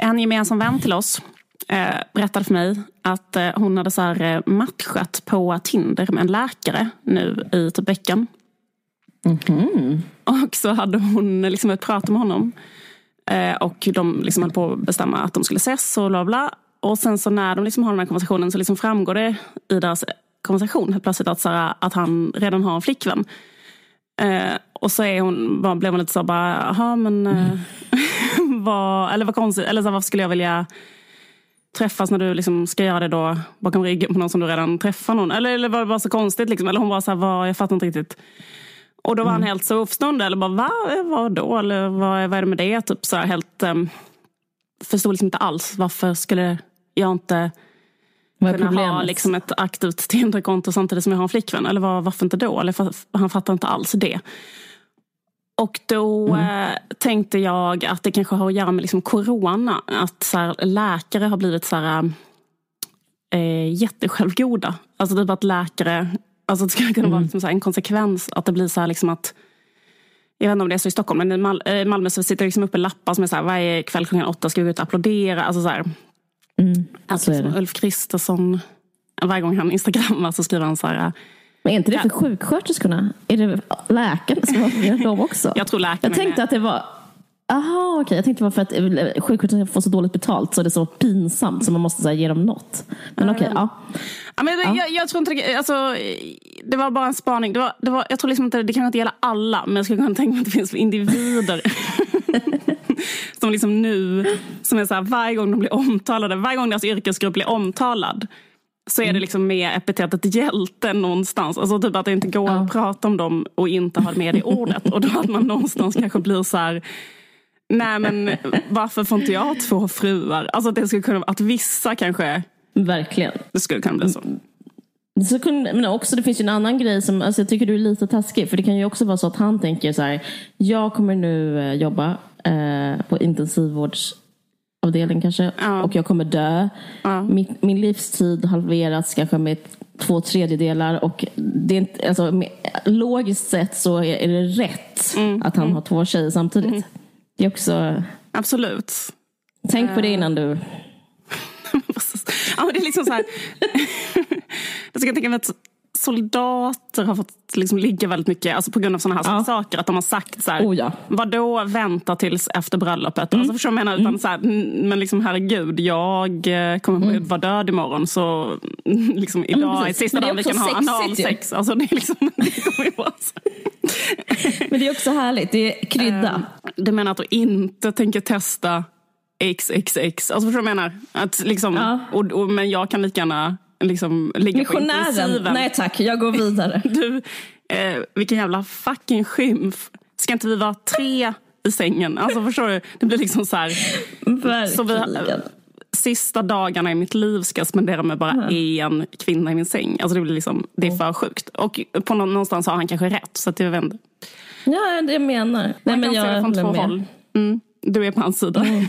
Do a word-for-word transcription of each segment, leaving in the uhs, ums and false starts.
en gemensam vän till oss eh, berättade för mig att eh, hon hade så här matchat på Tinder med en läkare nu i typ veckan. Mm-hmm. Och så hade hon liksom ett prat med honom. Eh, och de liksom höll på att bestämma att de skulle ses och bla bla. Och sen så när de liksom har den här konversationen så liksom framgår det i deras konversation helt plötsligt att, så här, att han redan har en flickvän. Eh, och så är hon, bara, blev hon lite så bara, jaha men mm. vad, eller vad konstigt, eller så, varför skulle jag vilja träffas när du liksom ska göra det då bakom ryggen på någon som du redan träffar någon, eller, eller var det bara så konstigt liksom, eller hon var så här, vad, jag fattar inte riktigt. Och då var mm. han helt så uppstånd, eller bara, va, vad då, eller vad, vad är det med det, typ så här helt um, förstod liksom inte alls, varför skulle jag inte kunna ha liksom ett aktivt Tinder-konto samtidigt som jag har en flickvän, eller var, varför inte då, eller för, han fattar inte alls det. Och då mm. eh, tänkte jag att det kanske har att göra med liksom corona, att så här, läkare har blivit så här eh, jättesjälvgoda, alltså typ att läkare, alltså det skulle kunna mm. vara liksom så här en konsekvens att det blir så här liksom att, jag vet inte om det är så i Stockholm, men i Mal- Malmö så sitter det liksom uppe lappar som är så här, varje kväll klockan åtta ska vi gå ut och applådera, alltså så här. Mm, alltså liksom Ulf Kristersson, varje gång han instagrammar så skriver han så här. Men är inte det för sjuksköterskorna? Är det läkarna som har dem också? Jag tror läkarna. Jag tänkte att det var, aha, okej, okay. Jag tänkte det var för att sjuksköterskorna får så dåligt betalt så det är så pinsamt så man måste så här, ge dem något. Men okej, okay, ja. Ja, men ja. Jag, jag tror inte det, alltså, det var bara en spaning. Det var, det var, jag tror liksom inte, det kan inte gälla alla, men jag skulle kunna tänka mig att det finns individer som liksom nu, som är så här, varje gång de blir omtalade, varje gång deras yrkesgrupp blir omtalad, så är det liksom med epitetet hjälte någonstans. Alltså typ att det inte går ja. att prata om dem och inte ha med i ordet. Och då att man någonstans kanske blir så här, nej men varför får inte jag två fruar? Alltså det skulle kunna, att vissa kanske, verkligen, det skulle kunna bli så. Så kunde, men också det finns ju en annan grej som, alltså jag tycker du är lite taskig, för det kan ju också vara så att han tänker så här, jag kommer nu eh, jobba eh, på intensivvårdsavdelning kanske, ja. och jag kommer dö. Ja. Min, min livstid halveras kanske med två tredjedelar, och det är inte, alltså, med, logiskt sett så är, är det rätt mm. att han mm. har två tjejer samtidigt. Mm. Det är också... Absolut. Tänk på det innan du... Ja, men det är liksom så här. Jag ska tänka mig att soldater har fått liksom ligga väldigt mycket, alltså på grund av sådana här ja. saker, att de har sagt så här, oh, ja. vadå vänta tills efter bröllopet, mm. alltså förstår jag menar, utan mm. så här, men liksom herregud, jag kommer mm. vara död imorgon, så liksom idag ja, är sista dagen vi kan ha analsex, alltså det är liksom det kommer ju vara så. Men det är också härligt, det är krydda. Du menar att du inte tänker testa X X X, alltså förstår jag menar att liksom, ja. och, och, men jag kan lika gärna liksom ligga på intensiven. Nej tack, jag går vidare. Du, eh, vilken jävla fucking skymf. Ska inte vi vara tre i sängen? Alltså förstår du, det blir liksom så här. Verkligen. Så vi, eh, sista dagarna i mitt liv ska jag spendera med bara mm. en kvinna i min säng. Alltså det blir liksom, det är för sjukt. Och på någonstans har han kanske rätt, så att jag vet inte. Ja, det jag menar. Nej, man men kan jag se det från två håll. Mm. Du är på hans sida. Mm.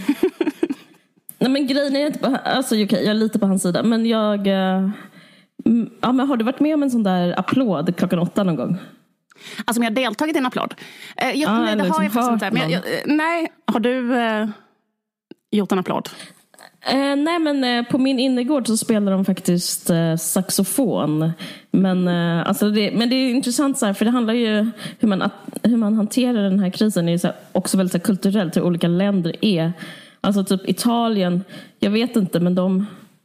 Nej, men grejen är inte på, alltså okej, okay, jag är lite på hans sida, men jag äh, ja, men har du varit med om en sån där applåd klockan åtta någon gång? Alltså, jag har deltagit i en applåd. Eh, jag, ah, nej, det har jag faktiskt inte. Men jag, jag, nej, har du eh, gjort en applåd? Eh, nej, men eh, på min innergård så spelar de faktiskt eh, saxofon. Men, eh, alltså det, men det är intressant så här, för det handlar ju hur man, hur man hanterar den här krisen är ju så här, också väldigt så här, kulturellt, hur olika länder är. Alltså typ Italien, jag vet inte, men de,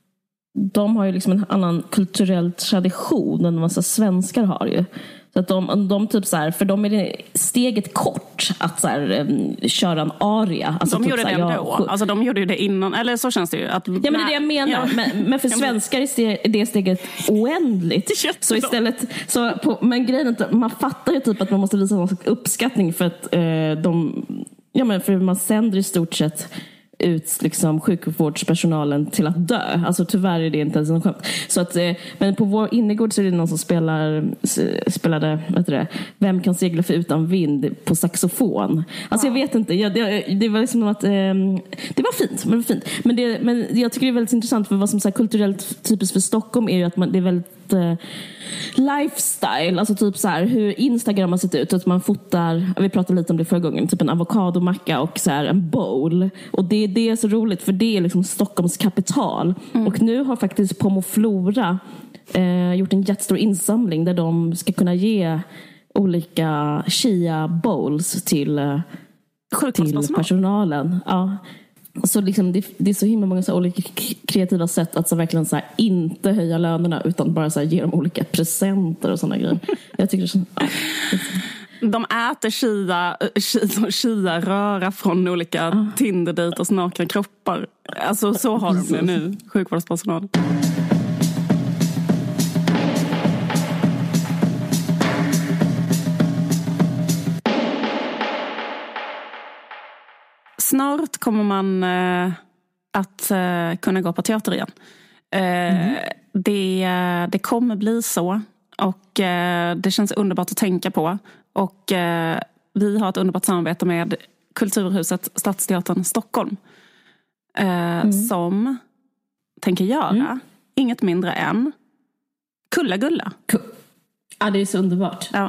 de har ju liksom en annan kulturell tradition än vad så svenskar har ju. Så att de, de typ så här, för dem är det steget kort att så här, um, köra en aria. Alltså de typ gjorde så här, det ändå. jag, alltså de gjorde ju det innan, eller så känns det ju. Att, ja, men det är det jag menar. Ja. Men, men för svenskar är det steget oändligt. Så istället, så på, men grejen är att man fattar ju typ att man måste visa någon uppskattning för att eh, de, ja men för man sänder i stort sett ut liksom sjukvårdspersonalen till att dö. Alltså tyvärr är det inte ens en skämt. Så att, eh, men på vår innergård så är det någon som spelar spelade, vet du det, Vem kan segla för utan vind på saxofon. Alltså wow. Jag vet inte, jag, det, det var liksom att eh, det var fint, men det var fint. Men, det, men jag tycker det är väldigt intressant, för vad som är kulturellt typiskt för Stockholm är ju att man, det är väldigt eh, lifestyle, alltså typ så här hur Instagram har sett ut, att man fotar, vi pratade lite om det förra gången, typ en avokadomacka och så här en bowl, och det, det är så roligt för det är liksom Stockholms kapital. Mm. Och nu har faktiskt Pomoflora eh, gjort en jättestor insamling där de ska kunna ge olika chia bowls till, eh, till personalen. Ja. Så liksom det, det är så himla många så olika kreativa sätt att så verkligen så här inte höja lönerna utan bara så här ge dem olika presenter och sådana grejer. Jag tycker så, ja. De äter chia, chia, chia röra från olika ah. Tinder-dejters nakna kroppar. Alltså så har de det nu, sjukvårdspersonal. Snart kommer man eh, att eh, kunna gå på teater igen. Eh, mm. det, det kommer bli så. Och eh, det känns underbart att tänka på. Och eh, vi har ett underbart samarbete med Kulturhuset Stadsteatern Stockholm. Eh, mm. Som tänker göra mm. inget mindre än Kulla-Gulla. Ja, det är så underbart. Ja.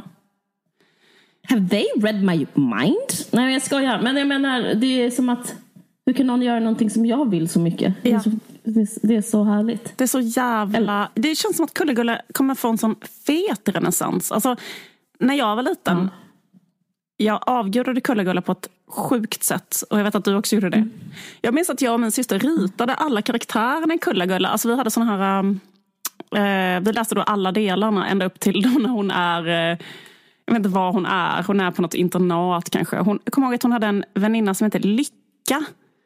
Have they read my mind? Nej, jag skojar. Men jag menar, det är som att hur kan någon göra någonting som jag vill så mycket? Ja. Det, är så, det, är, det är så härligt. Det är så jävla... Det känns som att Kulla-Gulla kommer få en sån fet renässans. Alltså, när jag var liten, mm. jag avgudade Kulla-Gulla på ett sjukt sätt. Och jag vet att du också gjorde det. Mm. Jag minns att jag och min syster ritade alla karaktärerna i Kulla-Gulla. Alltså vi hade såna här... Eh, vi läste då alla delarna ända upp till då när hon är... Eh, jag vet inte var hon är. Hon är på något internat kanske. Hon, jag kommer ihåg att hon hade en väninna som heter Lycka.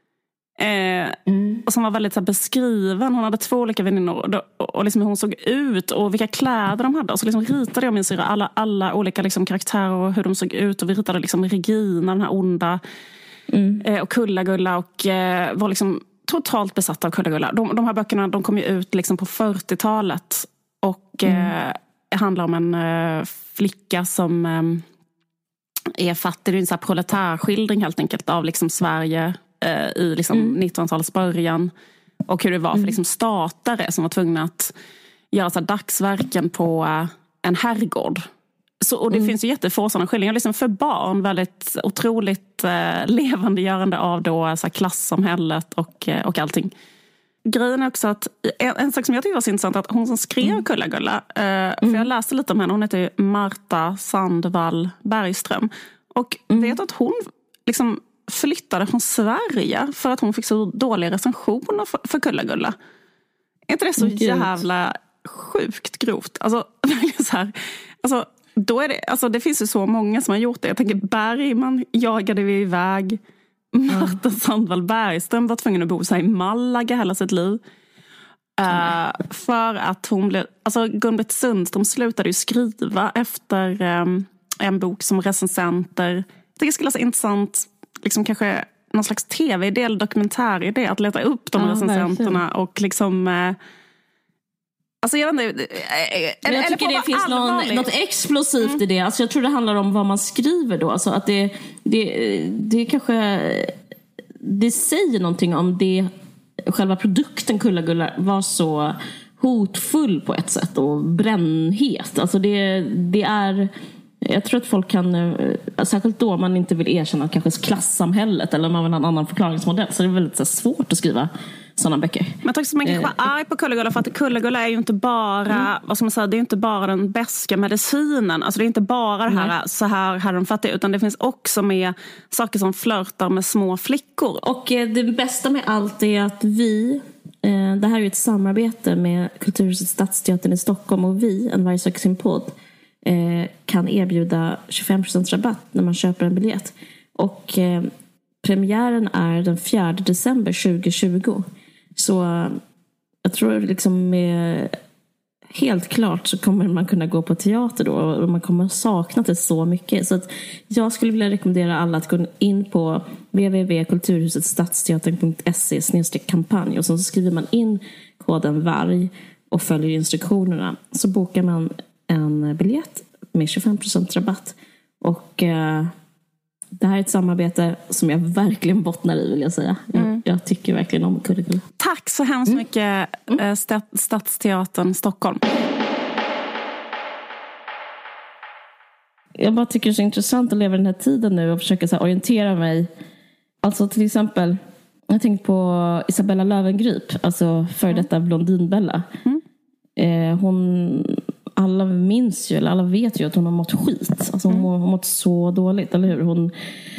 Eh, mm. Och som var väldigt så här, beskriven. Hon hade två olika väninnor. Och, och, och liksom hur hon såg ut. Och vilka kläder de hade. Och så liksom ritade jag min syra alla, alla olika liksom, karaktärer. Och hur de såg ut. Och vi ritade liksom Regina, den här onda. Mm. Eh, och Kulla-Gulla. Och eh, var liksom totalt besatta av Kulla-Gulla. De, de här böckerna de kom ju ut liksom på fyrtiotalet. Och... Mm. Eh, Det handlar om en uh, flicka som um, är fattig. Det är en sån här proletärskildring helt enkelt av liksom Sverige uh, i liksom mm. nittonhundratalets början. Och hur det var för liksom, statare som var tvungna att göra så här, dagsverken på uh, en herrgård. Så, och det mm. finns ju jättefå sådana skildringar. Liksom för barn väldigt otroligt uh, levandegörande av då, så här, klassamhället och, uh, och allting. Grejen är också att en, en sak som jag tycker var så intressant att hon som skrev mm. Kulla-Gulla, eh, mm. för jag läste lite om henne, hon heter Marta Sandvall Bergström och mm. vet att hon liksom flyttade från Sverige för att hon fick så dåliga recensioner för, för Kulla-Gulla. Är inte det så Gud. jävla sjukt grovt? Alltså, så här, alltså, då är det, alltså det finns ju så många som har gjort det. Jag tänker Bergman jagade vi iväg. Marta mm. Sandvall Bergström var tvungen att bo sig i Malaga hela sitt liv. Mm. Uh, för att hon blev... Alltså Gun-Britt Sundström slutade ju skriva efter um, en bok som recensenter. Jag tycker det skulle vara så intressant, liksom kanske någon slags tv-idé eller dokumentäridé att leta upp de ja, recensenterna verkligen. Och liksom... Uh, Alltså jag vet inte, eller, jag tycker det finns någon, något explosivt mm. i det. Alltså jag tror det handlar om vad man skriver då. Alltså att det, det, det kanske det säger någonting om det själva produkten Kulla-Gulla var så hotfull på ett sätt och brännhet. Alltså det, det är... Jag tror att folk kan, särskilt då man inte vill erkänna kanske klassamhället eller man vill ha en annan förklaringsmodell, så det är väldigt så svårt att skriva sådana böcker. Men jag tycker att man kanske var arg på Kulla-Gulla för att Kulla-Gulla är ju inte bara, mm. vad ska man säga, det är inte bara den bästa medicinen. Alltså det är inte bara det här, mm. så här, här är de fattiga, utan det finns också med saker som flörtar med små flickor. Och det bästa med allt är att vi, det här är ju ett samarbete med Kulturhuset Stadsteatern i Stockholm och vi, En varg söker sin podd, kan erbjuda tjugofem procent rabatt när man köper en biljett. Och eh, premiären är den fjärde december tjugohundratjugo. Så jag tror liksom med, helt klart så kommer man kunna gå på teater då och man kommer sakna det så mycket. Så att jag skulle vilja rekommendera alla att gå in på w w w punkt kulturhusetstadsteatern punkt se snedstreck kampanj och så skriver man in koden varg och följer instruktionerna, så bokar man en biljett med tjugofem procent rabatt. Och eh, det här är ett samarbete som jag verkligen bottnar i, vill jag säga. Jag, mm. jag tycker verkligen om Kulla-Gulla. Tack så hemskt mm. mycket, mm. Stadsteatern Stockholm. jag bara tycker det är så intressant att leva i den här tiden nu och försöka så här, orientera mig. Alltså till exempel, jag har tänkt på Isabella Löwengrip, alltså för detta Blondinbella. Mm. Eh, hon, alla minns ju, eller alla vet ju att hon har mått skit. Alltså hon, mm. hon har mått så dåligt, eller hur? Hon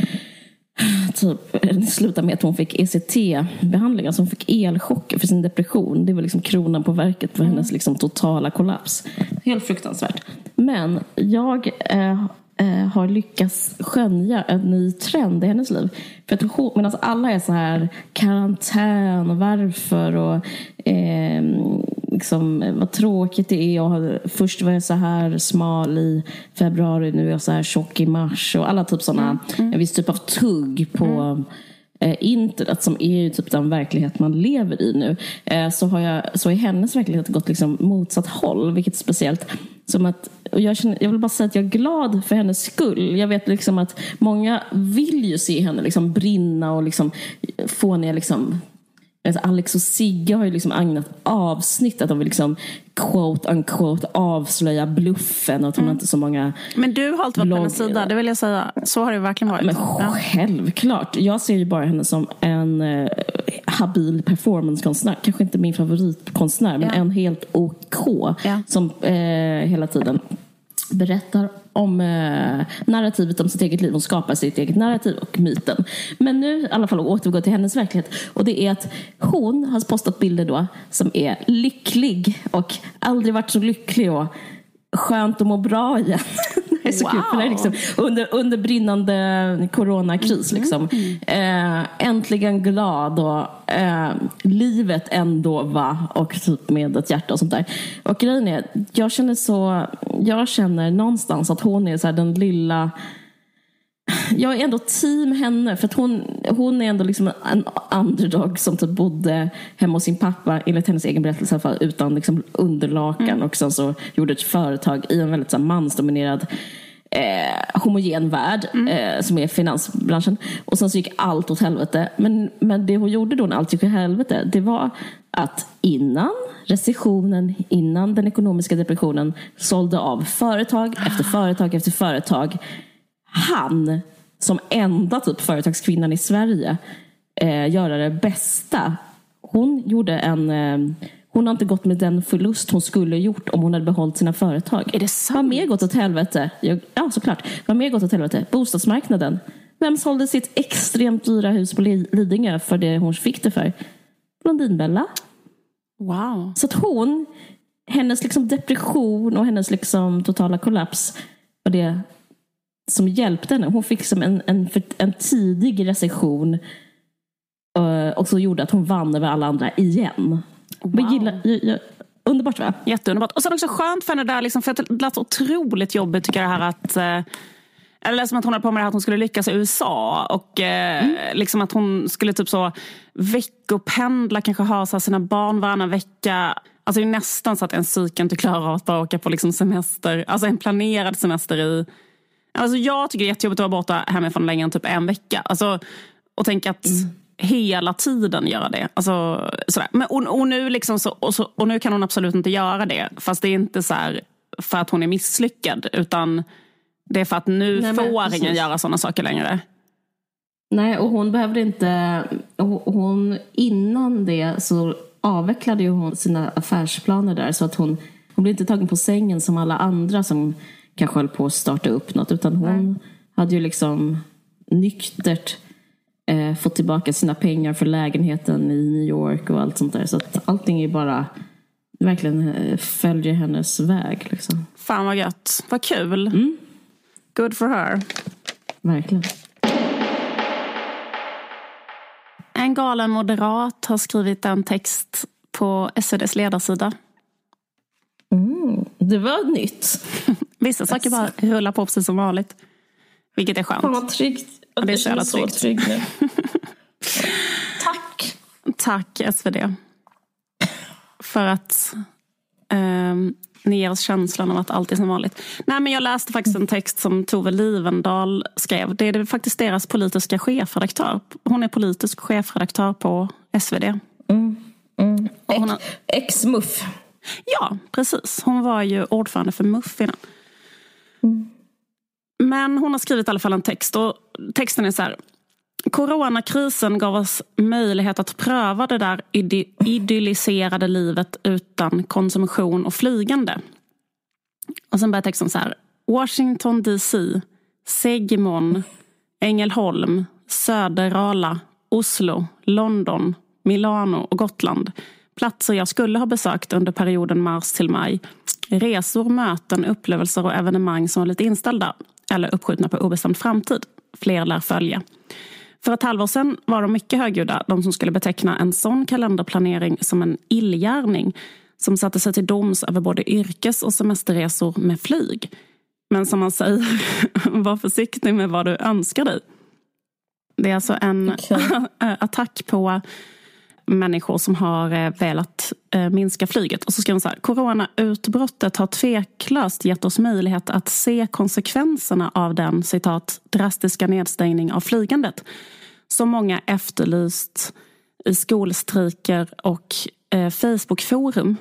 typ slutade med att hon fick E C T-behandling, alltså hon fick elchocker för sin depression. Det var liksom kronan på verket för mm. hennes liksom totala kollaps. Helt fruktansvärt. Men jag eh, eh, har lyckats skönja en ny trend i hennes liv. För att hon, medan alla är så här karantän och varför och eh, liksom, vad tråkigt det är. Och först var jag så här smal i februari, nu är jag så här tjock i mars. Och alla typ sådana, mm. en viss typ av tugg på mm. eh, internet som är ju typ den verklighet man lever i nu. Eh, så har jag, så i hennes verklighet gått liksom motsatt håll, vilket är speciellt. Som att, och jag, känner, jag vill bara säga att jag är glad för hennes skull. Jag vet liksom att många vill ju se henne liksom brinna och liksom få ner liksom... Alex och Sigge har ju liksom ägnat avsnitt att de vill liksom quote unquote avslöja bluffen och att hon mm. inte så många. Men du har alltid varit på hennes sida, det vill jag säga. Så har det verkligen varit. Men självklart. Jag ser ju bara henne som en eh, habil performancekonstnär. Kanske inte min favoritkonstnär, men ja. en helt OK ja. som eh, hela tiden berättar om eh, narrativet om sitt eget liv. Hon skapar sitt eget narrativ och myten. Men nu i alla fall återgå till hennes verklighet. Och det är att hon har postat bilder då som är lycklig och aldrig varit så lycklig och skönt att må bra igen. Det är så wow. kul för det är liksom under, under brinnande coronakris mm. liksom. Eh, äntligen glad och eh, livet ändå va och typ med ett hjärta och sånt där. Och grejen är, jag känner så jag känner någonstans att hon är så här den lilla. Jag är ändå team henne för att hon, hon är ändå liksom en underdog som typ bodde hemma hos sin pappa enligt hennes egen berättelse i alla fall, utan liksom underlakan mm. och sen så gjorde ett företag i en väldigt så här, mansdominerad eh, homogen värld mm. eh, som är finansbranschen och sen så gick allt åt helvete men, men det hon gjorde då när allt gick åt helvete det var att innan recessionen, innan den ekonomiska depressionen sålde av företag efter företag efter företag. Han som enda typ företagskvinnan i Sverige eh, göra det bästa. Hon gjorde en eh, hon har inte gått med den förlust hon skulle gjort om hon hade behållit sina företag. Är det sant? Vad mer gått åt helvete? Ja, såklart. Vad mer gått åt helvete? Bostadsmarknaden. Vem sålde sitt extremt dyra hus på Lidingö för det hon fick det för? Blondinbella. Wow. Så att hon, hennes liksom depression och hennes liksom totala kollaps var det som hjälpte henne. Hon fick som en, en, en tidig recession och så gjorde att hon vann över alla andra igen. Wow. Gillar, jag, jag, underbart va? Jätteunderbart. Och sen också skönt för henne där liksom, för att det lät otroligt jobbigt tycker jag det här att eller som att hon hade på med det här att hon skulle lyckas i U S A och eh, mm. liksom att hon skulle typ så veckopendla, kanske ha så här, sina barn varannan vecka. Alltså det är nästan så att en psyken inte klarar av att bara åka på liksom semester, alltså en planerad semester i. Alltså jag tycker det är jättejobbigt att vara borta hemifrån längre än typ en vecka. Alltså, och tänka att mm. hela tiden göra det. Alltså, sådär. Men, och, och, nu liksom så, och, så, och nu kan hon absolut inte göra det. Fast det är inte så här för att hon är misslyckad. Utan det är för att nu Nej, får men, ingen göra sådana saker längre. Nej, och hon behövde inte. Hon, innan det så avvecklade ju hon sina affärsplaner där. Så att hon, hon blev inte tagen på sängen som alla andra som kanske höll på att starta upp något. Utan hon mm. hade ju liksom nyktert eh, fått tillbaka sina pengar för lägenheten i New York och allt sånt där. Så att allting är bara verkligen eh, följer hennes väg liksom. Fan vad gött, vad kul. Mm. Good for her. Verkligen. En galen moderat har skrivit en text på S V D:s ledarsida. Mm, det var nytt. Vissa saker bara rullar på precis som vanligt. Vilket är skönt. Fan vad tryggt. Och det är så jävla tryggt. Trygg nu. Tack. Tack S V D. För att um, ni ger oss känslan av att allt är som vanligt. Nej, men jag läste faktiskt en text som Tove Livendal skrev. Det är faktiskt deras politiska chefredaktör. Hon är politisk chefredaktör på S V D. Mm. Mm. Hon har... Ex-M U F. Ja, precis. Hon var ju ordförande för M U F innan. Mm. Men hon har skrivit i alla fall en text och texten är så här: coronakrisen gav oss möjlighet att pröva det där idy- idylliserade livet utan konsumtion och flygande. Och sen börjar texten så här: Washington D C, Segmon, Ängelholm, Söderala, Oslo, London, Milano och Gotland. Platser jag skulle ha besökt under perioden mars till maj. Resor, möten, upplevelser och evenemang som var lite inställda eller uppskjutna på obestämd framtid. Fler lär följa. För ett halvår sedan var de mycket högljudda, de som skulle beteckna en sån kalenderplanering som en illgärning som satte sig till doms över både yrkes- och semesterresor med flyg. Men som man säger, var försiktig med vad du önskar dig. Det är alltså en okay. attack på människor som har velat minska flyget. Och så skriver man så här: coronautbrottet har tveklöst gett oss möjlighet att se konsekvenserna av den, citat, drastiska nedstängning av flygandet som många efterlyst i skolstriker och eh, Facebook-forum.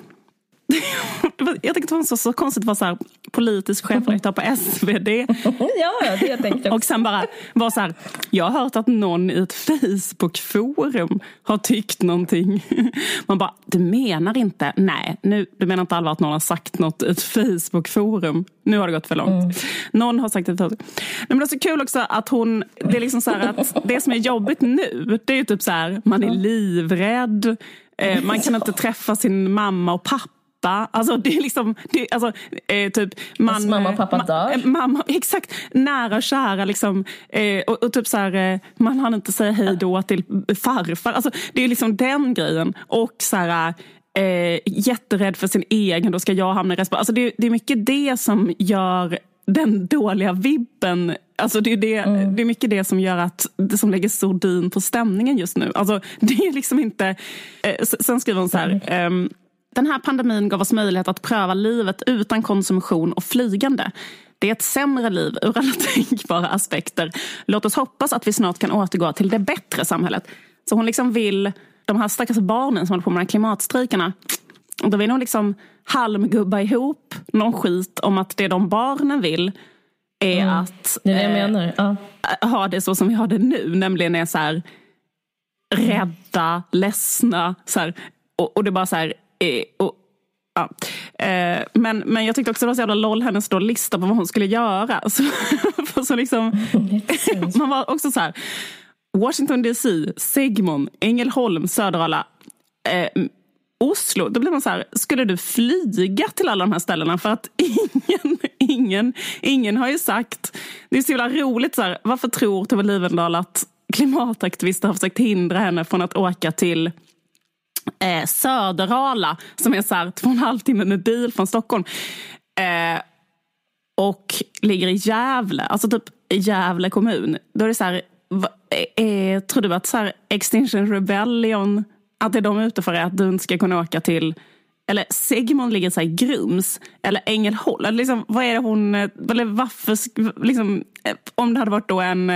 Jag tänkte det var så, så konstigt att vara så här politisk chefredaktör på S V D. Ja, det jag tänkte. Och sen bara var så här: jag har hört att någon i ett Facebook-forum har tyckt någonting. Man bara, du menar inte, nej, nu, du menar inte allvar att någon har sagt något i ett Facebook-forum. Nu har det gått för långt. Mm. Någon har sagt det. Men det är så kul också att hon, det är liksom så här att det som är jobbigt nu, det är ju typ så här, man är livrädd, eh, man kan inte träffa sin mamma och pappa. Alltså det är liksom det, alltså, eh, typ man, Fast mamma och pappa ma, dör. eh, mamma, exakt, nära och kära liksom, eh, och, och typ så här, eh, man hann inte säga hej då till farfar. Alltså det är liksom den grejen. Och så här, eh, jätterädd för sin egen, då ska jag hamna i respekt. Alltså det, det är mycket det som gör den dåliga vibben. Alltså det är, det, mm. det är mycket det som gör att det som lägger sordin på stämningen just nu. Alltså det är liksom inte eh, sen skriver hon så här: mm. eh, den här pandemin gav oss möjlighet att pröva livet utan konsumtion och flygande. Det är ett sämre liv ur alla tänkbara aspekter. Låt oss hoppas att vi snart kan återgå till det bättre samhället. Så hon liksom vill, de här stackars barnen som håller på med de här klimatstrejkarna, då vill hon liksom halmgubba ihop någon skit om att det de barnen vill är mm. att det är det jag menar. Ja. Äh, ha det så som vi har det nu. Nämligen är så här rädda, ledsna så här, och, och det är bara så här eh, och, ja. eh, men, men jag tyckte också det var så jävla loll hennes då lista på vad hon skulle göra. Så, så liksom man var också så här: Washington D C, Segmon, Ängelholm, Söderala, eh, Oslo. Då blir man så här: skulle du flyga till alla de här ställena? För att ingen, ingen, ingen har ju sagt. Det är så jävla roligt så här, varför tror Tove Livendal att klimataktivister har försökt hindra henne från att åka till eh, Söderala, som är så här två och en halv timme med bil från Stockholm, eh, och ligger i Gävle, alltså typ Gävle kommun. Då är det så här, va, eh, tror du att så här Extinction Rebellion, att det är de ute för att du inte ska kunna åka till, eller Segmon ligger så här i Grums, eller Ängelholm, eller liksom, vad är det hon, eller varför, liksom, om det hade varit då en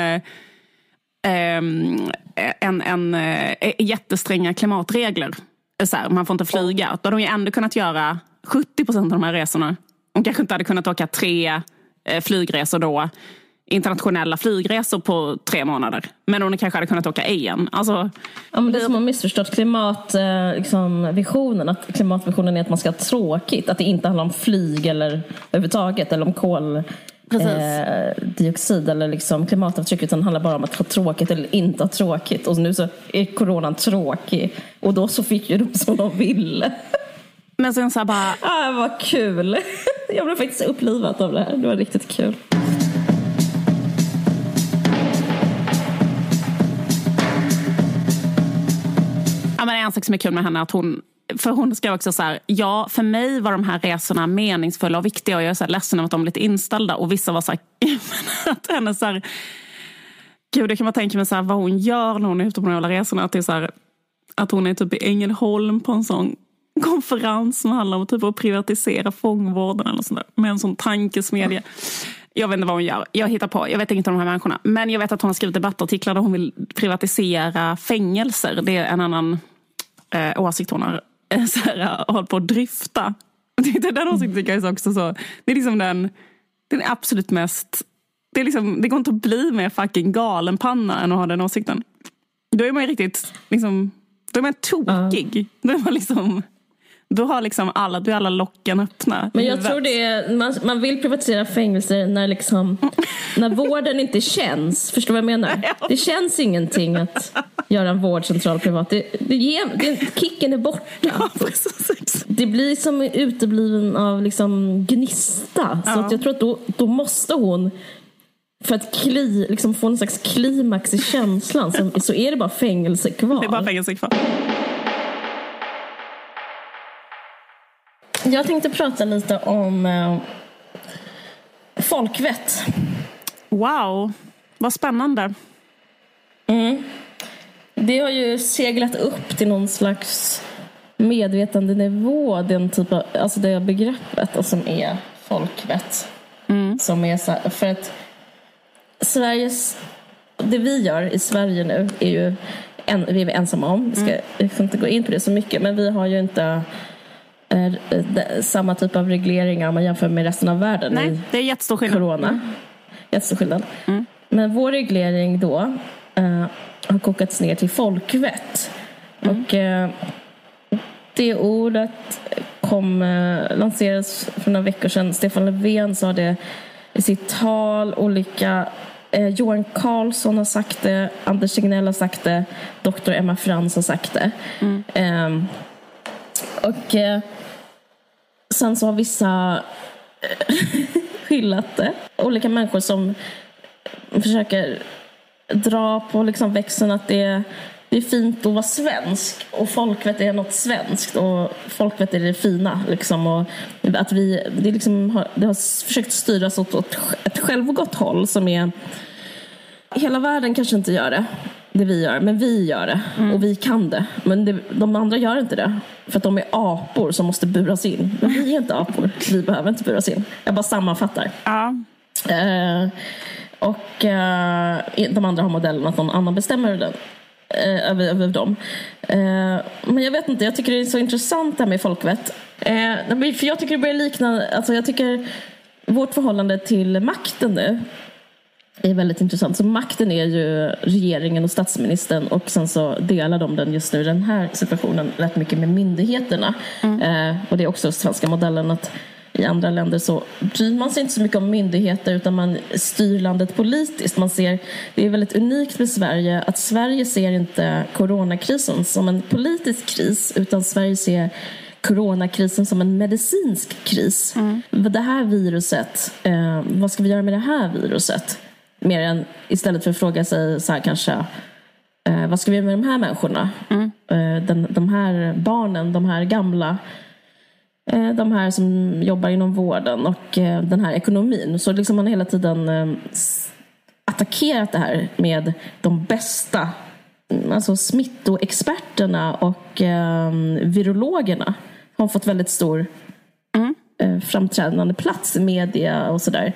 en, en, en jättestränga klimatregler, så här, man får inte flyga, då hade de ju ändå kunnat göra sjuttio procent av de här resorna. De kanske inte hade kunnat åka tre flygresor då, internationella flygresor på tre månader. Men hon kanske hade kunnat åka en. Alltså, ja, men det är som har missförstått klimatvisionen. Liksom, att klimatvisionen är att man ska ha tråkigt. Att det inte handlar om flyg eller överhuvudtaget. Eller om koldioxid eh, eller liksom klimatavtryck. Utan det handlar bara om att ha tråkigt eller inte ha tråkigt. Och nu så är coronan tråkig. Och då så fick ju de som de ville. Men sen så här bara... Ah, vad kul. Jag blev faktiskt upplivad av det här. Det var riktigt kul. Ja, men en sak som är kul med henne, att hon, för hon skrev också så här: ja, för mig var de här resorna meningsfulla och viktiga, och jag är så här ledsen om att de blivit inställda. Och vissa var så här, att henne så här, gud, det kan man tänka mig så här, vad hon gör när hon är ute på de här resorna, att det är så här, att hon är typ i Ängelholm på en sån konferens som handlar om typ att privatisera fångvården eller sånt där, med en sån tankesmedja. Jag vet inte vad hon gör. Jag hittar på. Jag vet inte om de här människorna. Men jag vet att hon har skrivit debattartiklar där hon vill privatisera fängelser. Det är en annan eh, åsikt hon har eh, så här, hållit på att dryfta. Den åsikten tycker jag är också så. Det är liksom den, den absolut mest Det, är liksom, det går inte att bli mer fucking galenpanna än att ha den åsikten. Då är man ju riktigt liksom, då är man tokig. Uh. Då är man liksom, då har liksom alla, då är alla locken öppna. Men jag tror det är, man, man vill privatisera fängelser när liksom, när vården inte känns. Förstår du vad jag menar? Det känns ingenting att göra en vårdcentral privat. Det, det ger, det, kicken är borta. Ja, det blir som utebliven av liksom gnista. Så ja. Att jag tror att då, då måste hon, för att kli, liksom få en slags klimax i känslan, så, så är det bara fängelse kvar. Det är bara fängelse kvar. Jag tänkte prata lite om eh, folkvett. Wow, vad spännande. Mm. Det har ju seglat upp till någon slags medvetandenivå, den typ av, alltså det begreppet som är folkvett. Mm. Som är så, för att Sveriges, det vi gör i Sverige nu är ju en, vi är ensamma om. Vi ska, mm. jag får inte gå in på det så mycket, men vi har ju inte eh, de, samma typ av regleringar om man jämför med resten av världen. Nej, det är jättestor skillnad. Corona. Mm. Jättestor skillnad. Mm. Men vår reglering då eh, har kokats ner till folkvett. Mm. Och eh, det ordet kom, eh, lanserades för några veckor sedan. Stefan Löfven sa det i sitt tal. Olika eh, Johan Carlsson har sagt det, Anders Tegnell har sagt det, doktor Emma Frans har sagt det. Mm. Eh, och eh, sen så har vissa eh, hyllat det. Olika människor som försöker dra på liksom växeln att det, det är fint att vara svensk och folkvett är något svenskt och folkvett är det fina liksom, och att vi det, liksom har, det har försökt styras åt, åt ett självgott håll som är, hela världen kanske inte gör det det vi gör, men vi gör det. Mm. Och vi kan det, men det, de andra gör inte det för att de är apor som måste buras in, men vi är inte apor, vi behöver inte buras in. Jag bara sammanfattar. Ja. Uh, och uh, de andra har modellen att någon annan bestämmer den, uh, över, över dem. Uh, men jag vet inte, jag tycker det är så intressant det här med folkvett. Uh, för jag tycker det börjar likna, alltså jag tycker vårt förhållande till makten nu är väldigt intressant. Så makten är ju regeringen och statsministern, och sen så delar de den just nu i den här situationen rätt mycket med myndigheterna. Mm. Uh, och det är också svenska modellen att i andra länder så bryr man sig inte så mycket om myndigheter utan man styr landet politiskt. Man ser, det är väldigt unikt med Sverige att Sverige ser inte coronakrisen som en politisk kris utan Sverige ser coronakrisen som en medicinsk kris. Mm. Det här viruset, eh, vad ska vi göra med det här viruset? Mer än istället för att fråga sig så här kanske, eh, vad ska vi göra med de här människorna? Mm. Eh, den, de här barnen, de här gamla, de här som jobbar inom vården och den här ekonomin. Så liksom man har hela tiden attackerat det här med de bästa, alltså smittoexperterna och virologerna har fått väldigt stor mm. framträdande plats i media och sådär.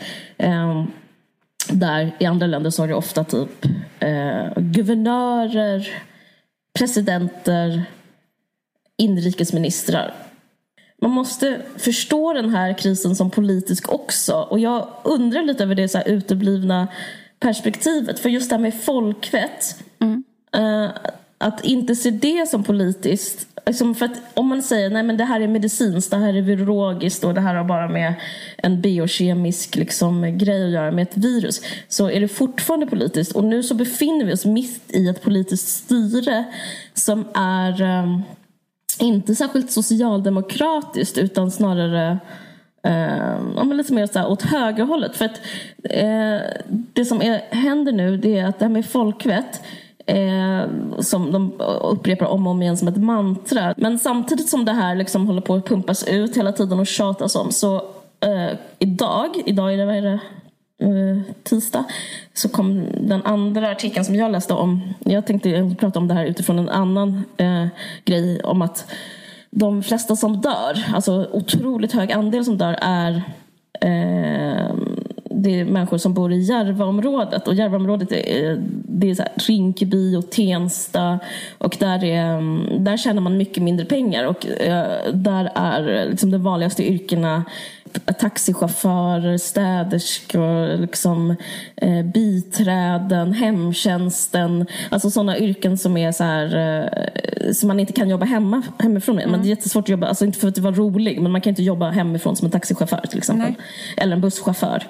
Där i andra länder så har det ofta typ guvernörer, presidenter, inrikesministrar. Man måste förstå den här krisen som politisk också. Och jag undrar lite över det så här uteblivna perspektivet. För just det här med folkvett. Mm. Uh, att inte se det som politiskt. Liksom för att om man säger nej men det här är medicinskt, det här är virologiskt och det här har bara med en biokemisk liksom, grej att göra med ett virus. Så är det fortfarande politiskt. Och nu så befinner vi oss mitt i ett politiskt styre som är... Um, inte särskilt socialdemokratiskt utan snarare eh, lite mer så här åt högerhållet. För att eh, det som är, händer nu det är att det här med folkvett eh, som de upprepar om och om igen som ett mantra. Men samtidigt som det här liksom håller på att pumpas ut hela tiden och tjatas om så eh, idag, idag är det, vad är det? Uh, tisdag så kom den andra artikeln som jag läste om. Jag tänkte prata om det här utifrån en annan uh, grej om att de flesta som dör, alltså otroligt hög andel som dör är uh, det är människor som bor i Järvaområdet och Järvaområdet är, det är så här Rinkeby och Tensta och där, är, där tjänar man mycket mindre pengar och uh, där är liksom de vanligaste yrkena taxichaufförer, städerskor, liksom, eh, biträden, hemtjänsten. Alltså sådana yrken som är så här, eh, som man inte kan jobba hemma, hemifrån. Mm. Men det är jättesvårt att jobba, alltså inte för att det var rolig, men man kan inte jobba hemifrån som en taxichaufför till exempel. Nej. Eller en busschaufför.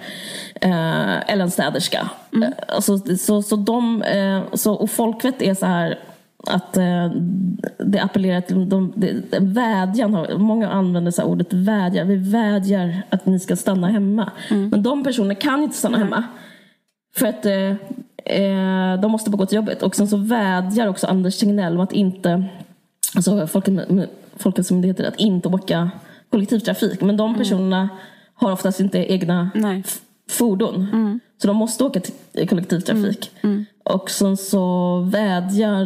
Eh, eller en städerska. Mm. Eh, alltså, så, så de, eh, så, och folkvett är så här att eh, det appellerar till de, det, det, vädjan, många använder så här ordet vädjar, vi vädjar att ni ska stanna hemma. Mm. Men de personerna kan inte stanna mm. hemma för att eh, eh, de måste bara gå till jobbet. Och sen så vädjar också Anders Tegnell om att inte, alltså Folkets myndigheter, att inte åka kollektivtrafik. Men de personerna mm. har oftast inte egna f- fordon. Mm. Så de måste åka till kollektivtrafik. Mm. Mm. Och sen så vädjar,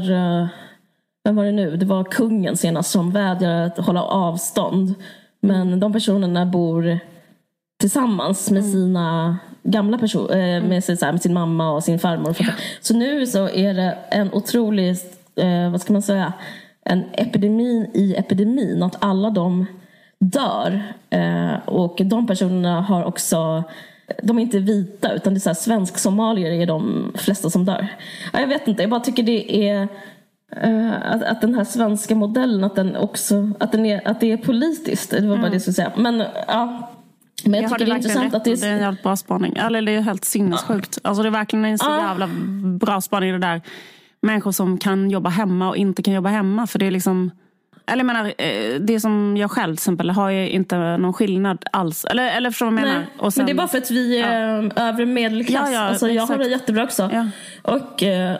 vem var det nu? Det var kungen senast som vädjar att hålla avstånd. Men de personerna bor tillsammans med sina gamla personer, med, sin, med sin mamma och sin farmor. Ja. Så nu så är det en otrolig, vad ska man säga, en epidemi i epidemin. Att alla de dör. Och de personerna har också, de är inte vita, utan det är så här, svensk-somalier är de flesta som dör. Ja, jag vet inte, jag bara tycker det är uh, att, att den här svenska modellen, att den också, att, den är, att det är politiskt. Det var bara mm. det jag skulle säga. Men ja, men jag, jag tycker det är intressant rätt, att det är... det är en jävligt bra spaning. Eller det är helt sinnessjukt. Ja. Alltså det är verkligen en så jävla bra spaning, det där. Människor som kan jobba hemma och inte kan jobba hemma, för det är liksom... Eller jag menar, det som jag själv till exempel har ju inte någon skillnad alls. Eller, eller förstår vad jag menar? Och sen, men det är bara för att vi är ja. övre medelklass. Ja, ja, alltså, jag har det jättebra också. Ja. Och eh,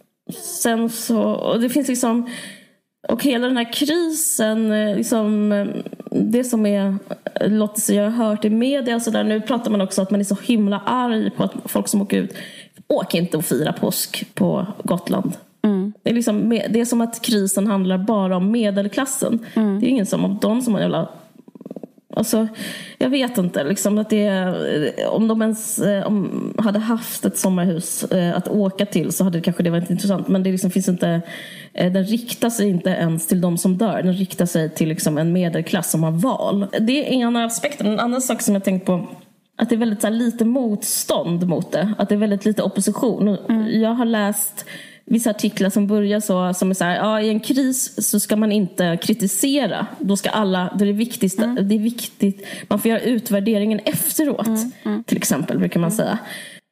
sen så, och det finns liksom, och hela den här krisen, liksom, det som är, låter sig jag har hört i media och så där, nu pratar man också att man är så himla arg på att folk som åker ut, åker inte och fira påsk på Gotland. Mm. Det är liksom, det är som att krisen handlar bara om medelklassen. Mm. Det är ingen som om de som har jävla, alltså, jag vet inte liksom att det är, om de ens om hade haft ett sommarhus eh, att åka till, så hade det kanske det varit intressant, men det liksom finns inte, eh, den riktar sig inte ens till de som dör, den riktar sig till liksom en medelklass som har val. Det är en aspekt. En annan sak som jag tänkt på, att det är väldigt så här, lite motstånd mot det, att det är väldigt lite opposition. Mm. Jag har läst vissa artiklar som börjar så, som är så här, ja, i en kris så ska man inte kritisera. Då ska alla, det är viktigt, mm. det är viktigt. Man får göra utvärderingen efteråt. Mm. Mm. Till exempel, brukar man säga.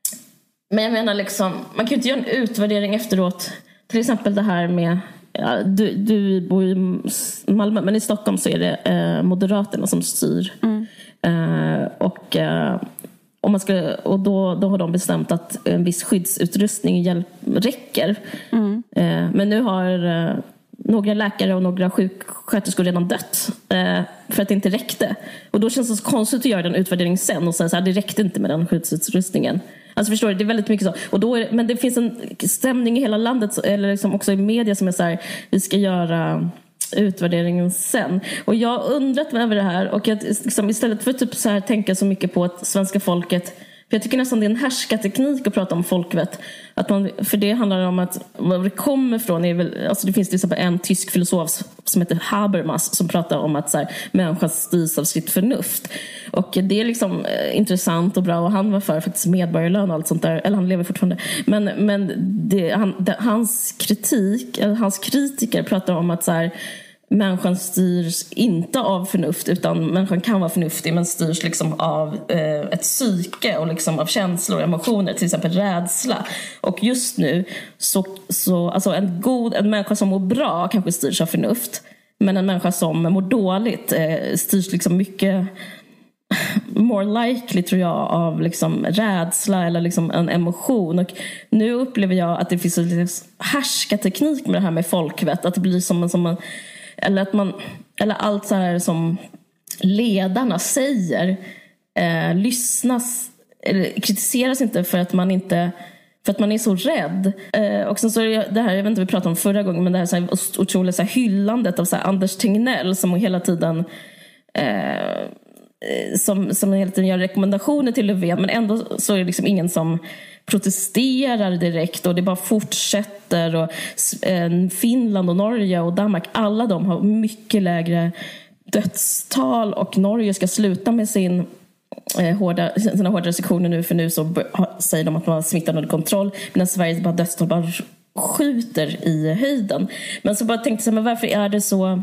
Men jag menar liksom, man kan ju inte göra en utvärdering efteråt. Till exempel det här med, ja, du, du bor i Malmö, men i Stockholm så är det eh, Moderaterna som styr. Mm. Eh, och eh, Om man ska, och då, då har de bestämt att en viss skyddsutrustning hjälp, räcker. Mm. Eh, men nu har eh, några läkare och några sjuksköterskor redan dött eh, för att det inte räckte. Och då känns det så konstigt att göra den utvärderingen sen och säga så här, det räckte inte med den skyddsutrustningen. Alltså förstår du, det är väldigt mycket så. Och då är det, men det finns en stämning i hela landet, eller liksom också i media, som är så här, vi ska göra utvärderingen sen. Och jag har undrat över det här, och att liksom, istället för att typ så här tänka så mycket på att svenska folket, för jag tycker nästan det är en härskarteknik att prata om folkvett, att man, för det handlar om att vad det kommer från är väl, alltså det finns till exempel en tysk filosof som heter Habermas som pratar om att så här, människan styrs av sitt förnuft, och det är liksom eh, intressant och bra, och han var för faktiskt medborgarlön och allt sånt där, eller han lever fortfarande, men, men det, han, det, hans kritik, eller hans kritiker pratar om att så här, människan styrs inte av förnuft, utan människan kan vara förnuftig, men styrs liksom av eh, ett psyke och liksom av känslor och emotioner, till exempel rädsla. Och just nu så, så alltså en god en människa som mår bra kanske styrs av förnuft, men en människa som mår dåligt eh, styrs liksom mycket more likely, tror jag, av liksom rädsla eller liksom en emotion. Och nu upplever jag att det finns en härskarteknik med det här med folkvett, att det blir som en, som en eller att man, eller allt så här som ledarna säger eh, lyssnas eller kritiseras inte för att man inte, för att man är så rädd. Eh, och sen så är det, det här, jag vet inte vi pratade om förra gången, men det här så här otroligt så här hyllandet av så här Anders Tegnell som hela tiden eh, som, som hela tiden gör rekommendationer till Löfven, men ändå så är det liksom ingen som protesterar direkt, och det bara fortsätter. Och eh, Finland och Norge och Danmark, alla de har mycket lägre dödstal och Norge ska sluta med sin eh, hårda, sina hårda restriktioner nu, för nu så säger de att man har smittan under kontroll, medan Sveriges bara dödstal bara skjuter i höjden. Men så bara tänkte jag, men varför är det så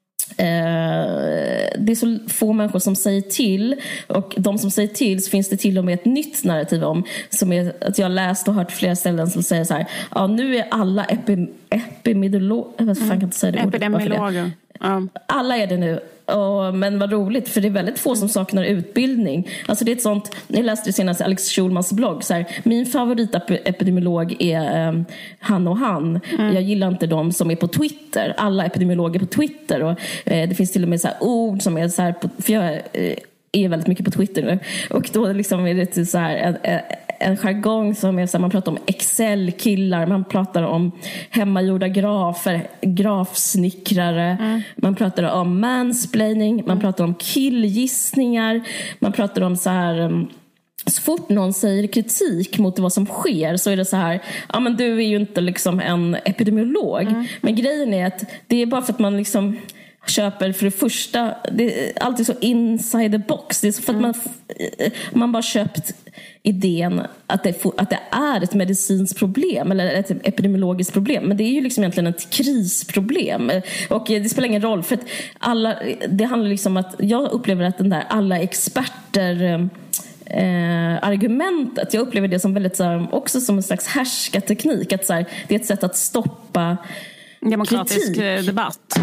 Eh, det är så få människor som säger till, och de som säger till så finns det till och med ett nytt narrativ om, som är att jag har läst och hört flera ställen som säger så här: ja, nu är alla epi, epidemiologer, jag vet, fan, kan inte säga det ordet, epidemiologer. Ja. Alla är det nu. Oh, men vad roligt, för det är väldigt få som saknar utbildning. Alltså det är ett sånt, jag läste det senast Alex Schulmans blogg så här, min favoritepidemiolog är um, han och han. Mm. Jag gillar inte de som är på Twitter. Alla epidemiologer på Twitter, och eh, det finns till och med så här ord som är så här på, för jag eh, är väldigt mycket på Twitter nu, och då liksom är det så här en, en, en jargong som är så här, man pratar om Excel-killar, man pratar om hemmagjorda grafer, grafsnickrare, mm. man pratar om mansplaining, man mm. pratar om killgissningar, man pratar om så här, så fort någon säger kritik mot vad som sker så är det så här, ja men du är ju inte liksom en epidemiolog, mm. men grejen är att det är bara för att man liksom köper, för det första, det är alltid så inside the box, det är så för att man, man bara köpt idén att det, att det är ett medicinskt problem eller ett epidemiologiskt problem, men det är ju liksom egentligen ett krisproblem, och det spelar ingen roll, för att alla, det handlar liksom att jag upplever att den där alla experter Eh, argumentet, jag upplever det som väldigt så här, också som en slags härskarteknik, att så här, det är ett sätt att stoppa demokratisk kritik. Debatt.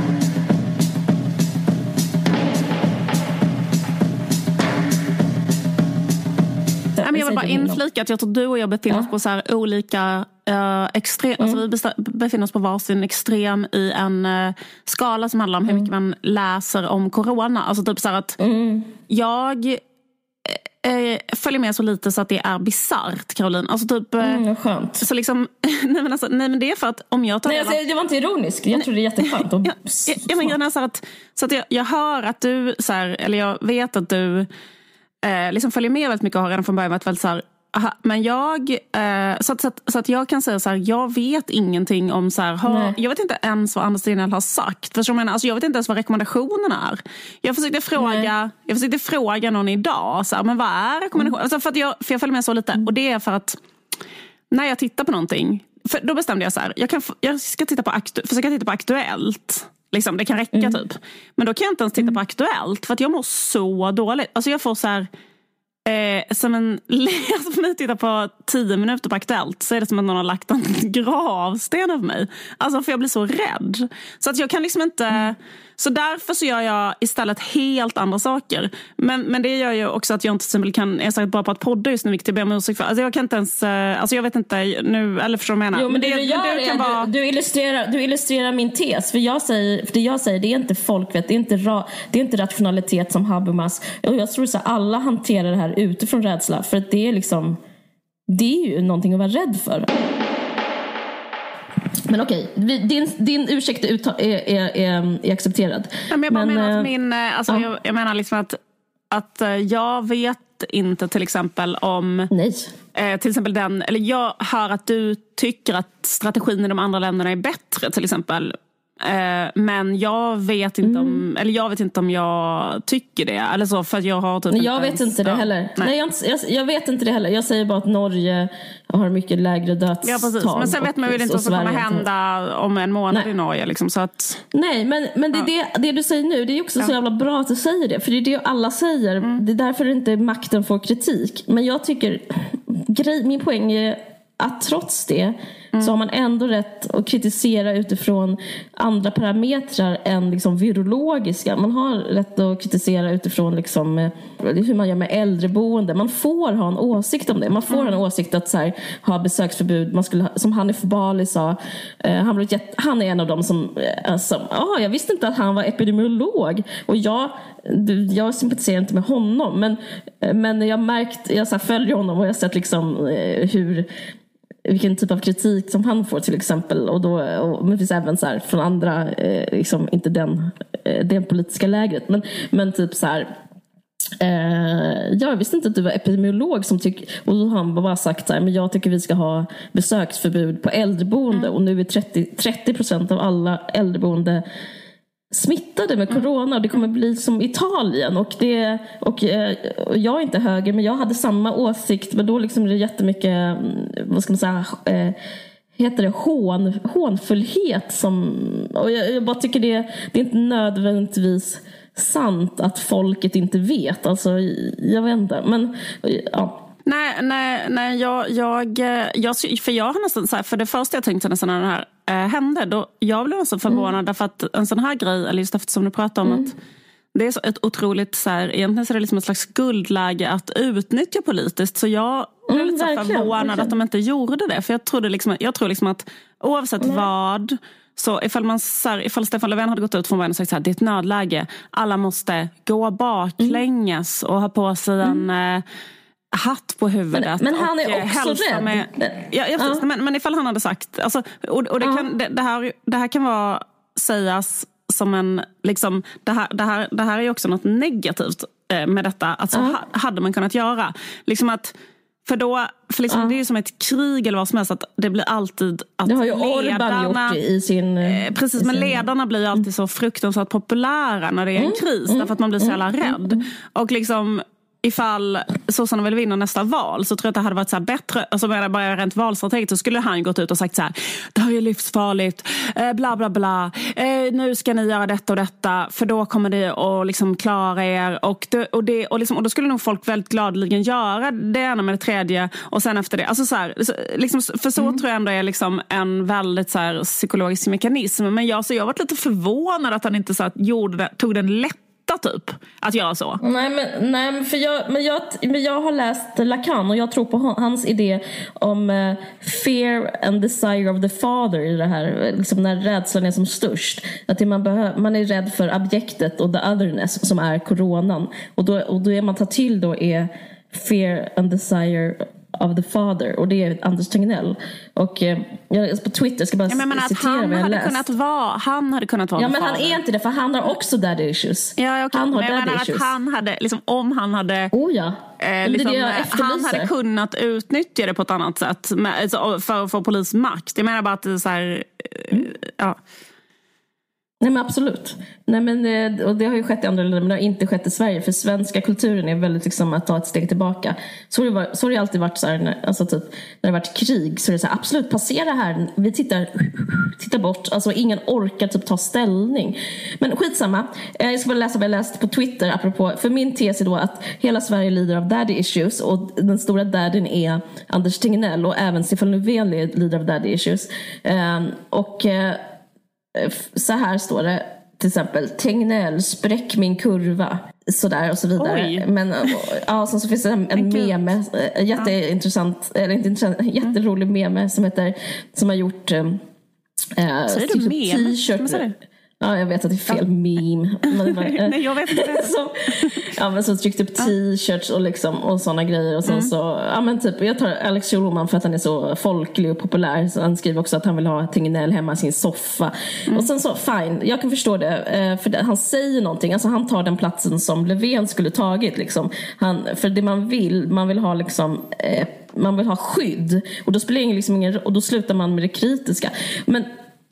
Jag vill bara inflika att jag tror du och jag befinner oss ja. på så här olika uh, extrem, mm. alltså vi befinner oss på varsin extrem i en uh, skala som handlar om mm. hur mycket man läser om corona. Alltså typ så här att mm. jag uh, följer med så lite så att det är bizarrt, Caroline. Alltså typ uh, mm, skönt. Så liksom nej men alltså, nej men det är för att om jag tar nej, alltså, det var inte ironiskt. Jag tror det är jätteskönt. Och jag, jag, jag menar så att så att jag, jag hör att du så här, eller jag vet att du Eh, liksom följer med väldigt mycket och har redan från början varit väldigt så här, aha, men jag eh, så, att, så, att, så att jag kan säga så här, jag vet ingenting om så här, har, jag vet inte ens vad Anders Tegnell har sagt, för jag menar, alltså jag vet inte ens vad rekommendationerna är. Jag försökte fråga Nej. jag försökte fråga någon idag så här, men vad är rekommendationen? Mm. Alltså för att jag för jag följer med så lite, och det är för att när jag tittar på någonting, för då bestämde jag så här, jag kan jag ska titta på aktu- försöka titta på Aktuellt. Liksom, det kan räcka mm. typ. Men då kan jag inte ens titta mm. på Aktuellt, för att jag mår så dåligt. Alltså jag får så här eh, som en läs mig titta på tio minuter på Aktuellt, så är det som att någon har lagt en gravsten över mig. Alltså för jag blir så rädd. Så att jag kan liksom inte mm. så därför så gör jag istället helt andra saker. Men, men det gör ju också att jag inte till exempel kan, är säkert bara på att podda just nu, vilket jag ber om ursäkt för. Alltså jag kan inte ens, alltså jag vet inte nu, eller förstår du vad jag menar? Jo, men det, det du gör men det är, vara... du, du, illustrerar, du illustrerar min tes. För jag säger, för det jag säger, det är inte folkvett, det är inte, ra, det är inte rationalitet som Habermas. Och jag tror så att alla hanterar det här utifrån rädsla. För att det är liksom, det är ju någonting att vara rädd för. Men okej, din, din ursäkt är, är, är, är accepterad. Ja, men jag bara men, menar att min, alltså ja. jag, jag menar liksom att, att jag vet inte till exempel om Nej. Eh, till exempel den, eller jag hör att du tycker att strategin i de andra länderna är bättre till exempel. Eh, men jag vet inte om mm. eller jag vet inte om jag tycker det eller så, för att jag har typ Nej, jag vet inte det ja. heller. Nej, Nej jag, jag, jag vet inte det heller. Jag säger bara att Norge har mycket lägre dödstal. Ja, precis. Men sen vet man ju inte vad som kommer hända om en månad Nej. i Norge liksom, så att Nej, men men det ja. det det du säger nu, det är också ja. så jävla bra att du säger det, för det är det alla säger. Mm. Det är därför inte makten får kritik. Men jag tycker grej, min poäng är att trots det mm. så har man ändå rätt att kritisera utifrån andra parametrar än liksom virologiska. Man har rätt att kritisera utifrån liksom hur man gör med äldreboende. Man får ha en åsikt om det. Man får mm. en åsikt att så här, ha besöksförbud. Man skulle, som Hanif Bali sa, eh, han, blev jätt, han är en av dem som, eh, som ah, jag visste inte att han var epidemiolog. Och jag, jag sympatiserar inte med honom. Men, men jag märkt, jag så här, följer honom och jag har sett liksom, eh, hur vilken typ av kritik som han får till exempel, och då och, men det finns även så här från andra eh, liksom inte den eh, det politiska lägret, men men typ så här eh, jag visste inte att du var epidemiolog som tycker, och då har han bara sagt så här, men jag tycker vi ska ha besöksförbud på äldreboende mm. och nu är trettio procent av alla äldreboende smittade med corona och det kommer bli som Italien och, det, och, och jag är inte höger men jag hade samma åsikt men då liksom är det jättemycket vad ska man säga eh, heter det hån, hånfullhet som, och jag, jag bara tycker det, det är inte nödvändigtvis sant att folket inte vet, alltså jag vet inte men ja. Nej, nej, nej jag, jag, jag, för jag har nästan så här, för det första jag tänkte nästan när det här äh, hände, då jag blev så förvånad mm. därför att en sån här grej, eller just eftersom du pratar om mm. att det är så ett otroligt så här, egentligen så är det liksom ett slags guldläge att utnyttja politiskt, så jag blev mm, lite så förvånad verkligen. Att de inte gjorde det, för jag trodde liksom, jag tror liksom att oavsett mm. vad, så ifall, man, så här, ifall Stefan Löfven hade gått ut från början och sagt så här, det är ett nödläge, alla måste gå baklänges mm. och ha på sig en mm. hatt på huvudet. Men, men han är också rädd. Med, ja, jag ja. men, men ifall han hade sagt alltså, och, och det, kan, det, det, här, det här kan vara sägas som en liksom, det, här, det, här, det här är ju också något negativt eh, med detta, alltså ja. ha, hade man kunnat göra liksom att för då, för liksom, ja. det är ju som ett krig eller vad som helst, att det blir alltid att det har ju Orbán gjort i sin eh, precis, i men sin... ledarna blir ju alltid mm. så fruktansvärt populära när det är en mm. kris, mm. därför att man blir så jävla mm. rädd mm. och liksom ifall sossarna vill vinna nästa val så tror jag att det hade varit så här bättre, alltså bara rent valstrategiskt så skulle han gått ut och sagt så här, det här är livsfarligt, eh, bla bla bla, eh, nu ska ni göra detta och detta för då kommer det att liksom klara er och, det, och, det, och, liksom, och då skulle nog folk väldigt gladeligen göra det ena med det tredje och sen efter det, alltså så här, liksom, för så mm. tror jag ändå är liksom en väldigt så här psykologisk mekanism, men jag, så jag har varit lite förvånad att han inte så här, gjorde det, tog den lätt typ att göra så. Nej men, nej, men, för jag, men, jag, men jag har läst Lacan och jag tror på hans idé om uh, fear and desire of the father i det här, liksom när rädslan är som störst, att det man, behö- man är rädd för objektet och the otherness som är coronan och då, och då är man tar till då är fear and desire of the father och det är Anders Tegnell och eh, jag på Twitter ska bara ja, men, men citera han vad jag hade läst. Kunnat vara, han hade kunnat vara ja men father. Han är inte det för han har också daddy issues. Ja, okay. Han har men jag menar issues. Att han hade liksom, om han hade oh ja eh, liksom, det det han hade kunnat utnyttja det på ett annat sätt med, alltså, för, för polismakt. Jag menar bara att det är så här mm. ja. Nej men absolut. Nej men och det har ju skett i andra länder men det har inte skett i Sverige för svenska kulturen är väldigt liksom att ta ett steg tillbaka. Så har det, var, så har det alltid varit så här när, alltså typ när det har varit krig så är det så här, absolut passera här. Vi tittar tittar bort. Alltså ingen orkar typ ta ställning. Men skitsamma. Jag ska bara läsa vad jag läst på Twitter apropå för min tes är då att hela Sverige lider av daddy issues och den stora daddyn är Anders Tegnell och även Stefan Löfven lider av daddy issues. Um, och så här står det till exempel Tegnell, spräck min kurva sådär och så vidare. Oj. Men ja, sen så finns det en, en meme jätteintressant ja. eller inte intressant, jätterolig meme som heter som har gjort äh, säger du meme? T-shirt. Ja, jag vet att det är fel meme. Men, nej, jag vet inte. så, ja, men så tryckte upp t-shirts och, liksom, och sådana grejer. Och sen mm. så, ja men typ, jag tar Alex Schulman för att han är så folklig och populär. Så han skriver också att han vill ha Tegnell hemma i sin soffa. Mm. Och sen så, fine, jag kan förstå det. För det, han säger någonting, alltså han tar den platsen som Löfven skulle tagit. Liksom. Han, för det man vill, man vill ha liksom... Eh, man vill ha skydd. Och då spelar det liksom ingen, och då slutar man med det kritiska. Men...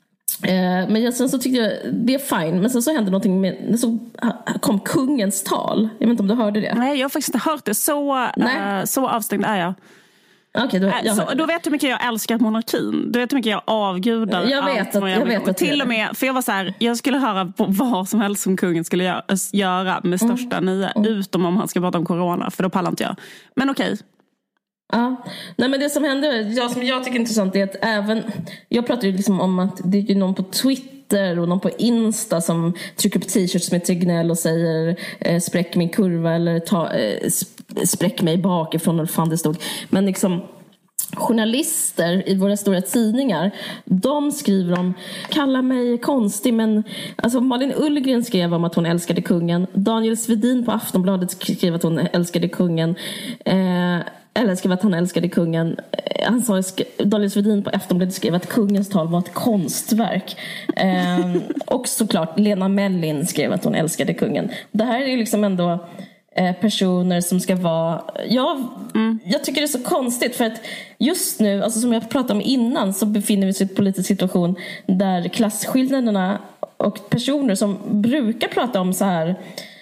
Men jag, sen så tyckte jag det är fine. Men sen så hände någonting med, så kom kungens tal. Jag vet inte om du hörde det. Nej, jag har faktiskt inte hört det. Så, uh, så avstängd är jag. Okay, då, jag så, då vet du hur mycket jag älskar monarkin. Du vet hur mycket jag avgudar. Jag vet att, jag, jag vet att till och med, för jag var så här, jag skulle höra på vad som helst som kungen skulle göra, göra med största mm. nio. Mm. Utom om han ska prata om corona, för då pallar inte jag. Men okej. Okay. Ja, nej men det som händer, jag, som jag tycker är intressant är att även, jag pratar ju liksom om att det är ju någon på Twitter och någon på Insta som trycker på t-shirts med Tegnell och säger eh, spräck min kurva eller ta, eh, spräck mig bakifrån eller fan det stod. Men liksom journalister i våra stora tidningar, de skriver om, kalla mig konstig men alltså Malin Ullgren skrev om att hon älskade kungen, Daniel Svedin på Aftonbladet skrev att hon älskade kungen, eh, eller skrev att han älskade kungen. Han sa, Daniel Svedin på Aftonbladet skrev att kungens tal var ett konstverk. eh, och såklart Lena Mellin skrev att hon älskade kungen. Det här är ju liksom ändå eh, personer som ska vara... Ja, mm. Jag tycker det är så konstigt för att just nu, alltså som jag pratade om innan, så befinner vi oss i en politisk situation där klasskillnaderna och personer som brukar prata om så här,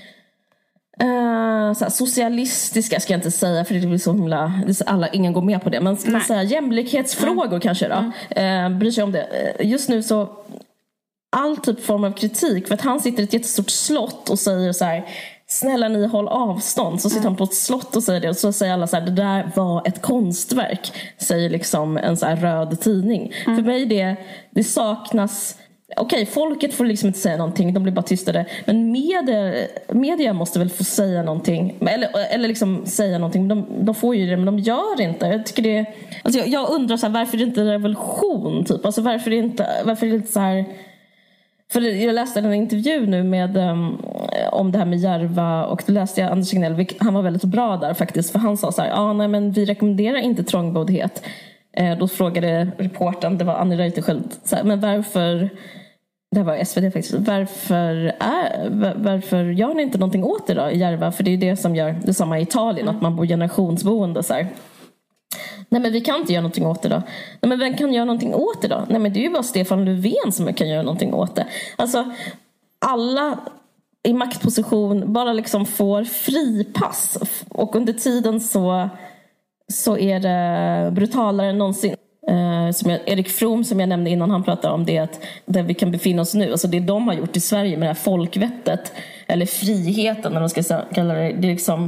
uh, så här socialistiska, ska jag inte säga för det blir så himla, alla, ingen går med på det, men ska man säga jämlikhetsfrågor mm. kanske då, mm. uh, bryr sig om det. Just nu så all typ form av kritik, för att han sitter i ett jättestort slott och säger så här: snälla ni, håll avstånd. Så sitter mm. han på ett slott och säger det, och så säger alla så här: det där var ett konstverk, säger liksom en så här röd tidning. Mm. För mig det, det saknas. Okej, folket får liksom inte säga någonting, de blir bara tystade. Men media, media måste väl få säga någonting, eller, eller liksom säga någonting. De, de får ju det, men de gör inte. Jag tycker det, alltså jag, jag undrar så här, varför det inte är revolution typ. Alltså varför det inte, varför det inte så här. För jag läste en intervju nu med um, om det här med Järva, och då läste jag Anders Tegnell, han var väldigt bra där faktiskt, för han sa så här: ah, nej men vi rekommenderar inte trångboddhet. Eh, då frågade reportern, det var Annie Reuterskiöld, så här, men varför, det var S V D faktiskt, varför, är, varför gör ni inte någonting åt det då i Järva? För det är det som gör detsamma i Italien, mm. att man bor generationsboende så här. Nej men vi kan inte göra någonting åt det då. Nej men vem kan göra någonting åt det då? Nej men det är ju bara Stefan Löfven som kan göra någonting åt det. Alltså alla i maktposition bara liksom får fripass. Och under tiden så, så är det brutalare än någonsin. Eh, som jag, Erik From som jag nämnde innan, han pratade om det, att där vi kan befinna oss nu. Alltså det de har gjort i Sverige med det här folkvettet, eller friheten när de ska kalla det. Det är liksom...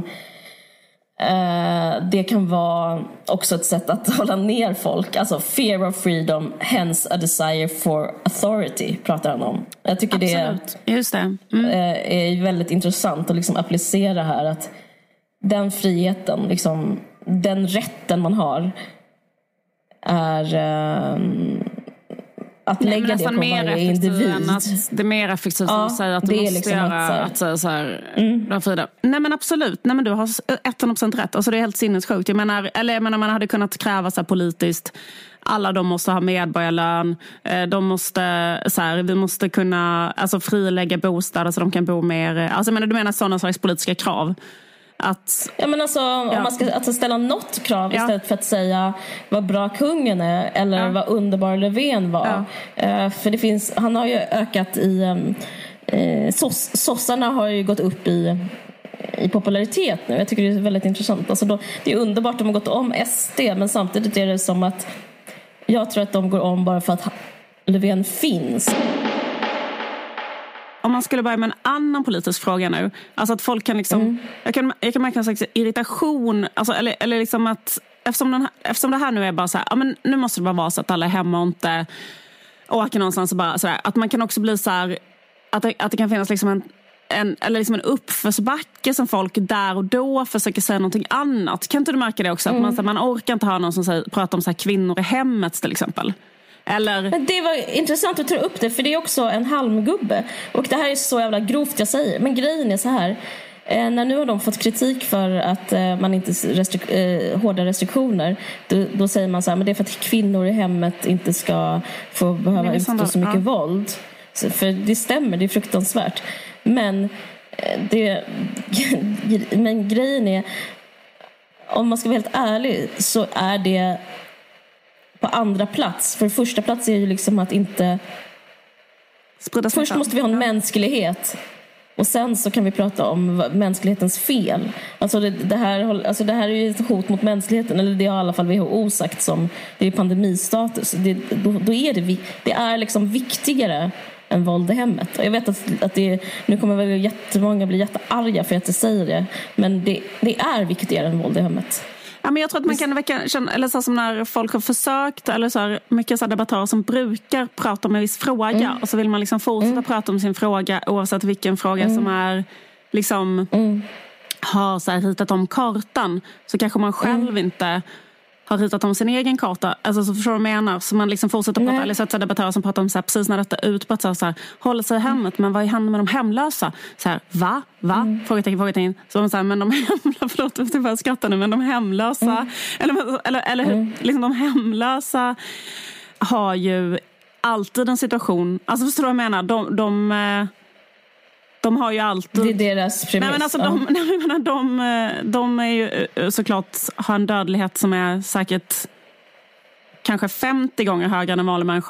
Uh, det kan vara också ett sätt att hålla ner folk. Alltså fear of freedom, hence a desire for authority, pratar han om. Jag tycker Absolut. det, Just det. Mm. Uh, är väldigt intressant att liksom applicera här, att den friheten, liksom, den rätten man har är uh, att Nej, lägga det på varje individ. Att det är mer effektivt ja, att säga att du måste liksom göra att, att säga så här, mm. Frida. Nej men absolut, nej men du har hundra procent rätt. Alltså det är helt sinnessjukt. Jag menar, eller jag menar, man hade kunnat kräva så här politiskt, alla de måste ha medborgarlön, de måste så här, vi måste kunna alltså frilägga bostäder så de kan bo mer. Alltså jag menar, du menar sådana slags politiska krav. Att, ja men alltså om ja. man ska alltså ställa något krav ja. istället för att säga vad bra kungen är eller ja. vad underbar Löfven var. Ja. Uh, för det finns, han har ju ökat i um, uh, soss, sossarna har ju gått upp i i popularitet nu. Jag tycker det är väldigt intressant. Alltså då, det är underbart att de har gått om S D, men samtidigt är det som att jag tror att de går om bara för att Löfven finns. Om man skulle börja med en annan politisk fråga nu. Alltså att folk kan liksom... Mm. Jag kan, jag kan märka en slags irritation. Alltså, eller, eller liksom att... Eftersom, den här, eftersom det här nu är bara så här... Ja, men nu måste det bara vara så att alla är hemma och inte åker någonstans. Och bara så här, att man kan också bli så här... Att det, att det kan finnas liksom en, en, eller liksom en uppförsbacke som folk där och då försöker säga någonting annat. Kan inte du märka det också? Mm. Att man, så här, man orkar inte ha någon som säger, pratar om så här, kvinnor i hemmet till exempel. Eller... Men det var intressant att ta upp det, för det är också en halmgubbe. Och det här är så jävla grovt jag säger. Men grejen är så här. Eh, när nu har de fått kritik för att eh, man inte restrik- eh, hårda restriktioner, då, då säger man så här, men det är för att kvinnor i hemmet inte ska få behöva utstå så mycket ja. våld. Så, för det stämmer, det är fruktansvärt. Men eh, det men grejen är, om man ska vara helt ärlig, så är det på andra plats. För första plats är ju liksom att inte... Först måste vi ha en mänsklighet. Och sen så kan vi prata om mänsklighetens fel. Alltså det, det, här, alltså det här är ju ett hot mot mänskligheten. Eller det har i alla fall W H O sagt som det är pandemistatus. Det, då, då är det, det är liksom viktigare än våld i hemmet. Och jag vet att, att det, nu kommer väl jättemånga bli jättearga för att jag säger det. Men det, det är viktigare än våld i hemmet. Ja, men jag tror att man kan väcka, eller så som när folk har försökt, eller så här, mycket så här debattörer som brukar prata om en viss fråga mm. och så vill man liksom fortsätta mm. prata om sin fråga oavsett vilken fråga mm. som är liksom mm. har så här, ritat om kartan, så kanske man själv mm. inte har ritat om sin egen karta. Alltså så förstår du vad jag menar. Så man liksom fortsätter prata, eller så att debattörer som pratar om så här, precis när detta ut på att så här, så här, hålla sig i hemmet, men vad är händer med de hemlösa? Så här, va? Va? Mm. Frågetecken, frågetecken. Så de säger, men de hemlösa, förlåt, jag får skratta nu, men de hemlösa, mm. eller, eller, eller mm. liksom de hemlösa har ju alltid en situation, alltså förstår du vad jag menar? De, de De har ju alltid... Det är deras premiss. Nej, men alltså, de, nej, jag menar, de, de är ju såklart har en dödlighet som är säkert kanske femtio gånger högre än en vanlig människa.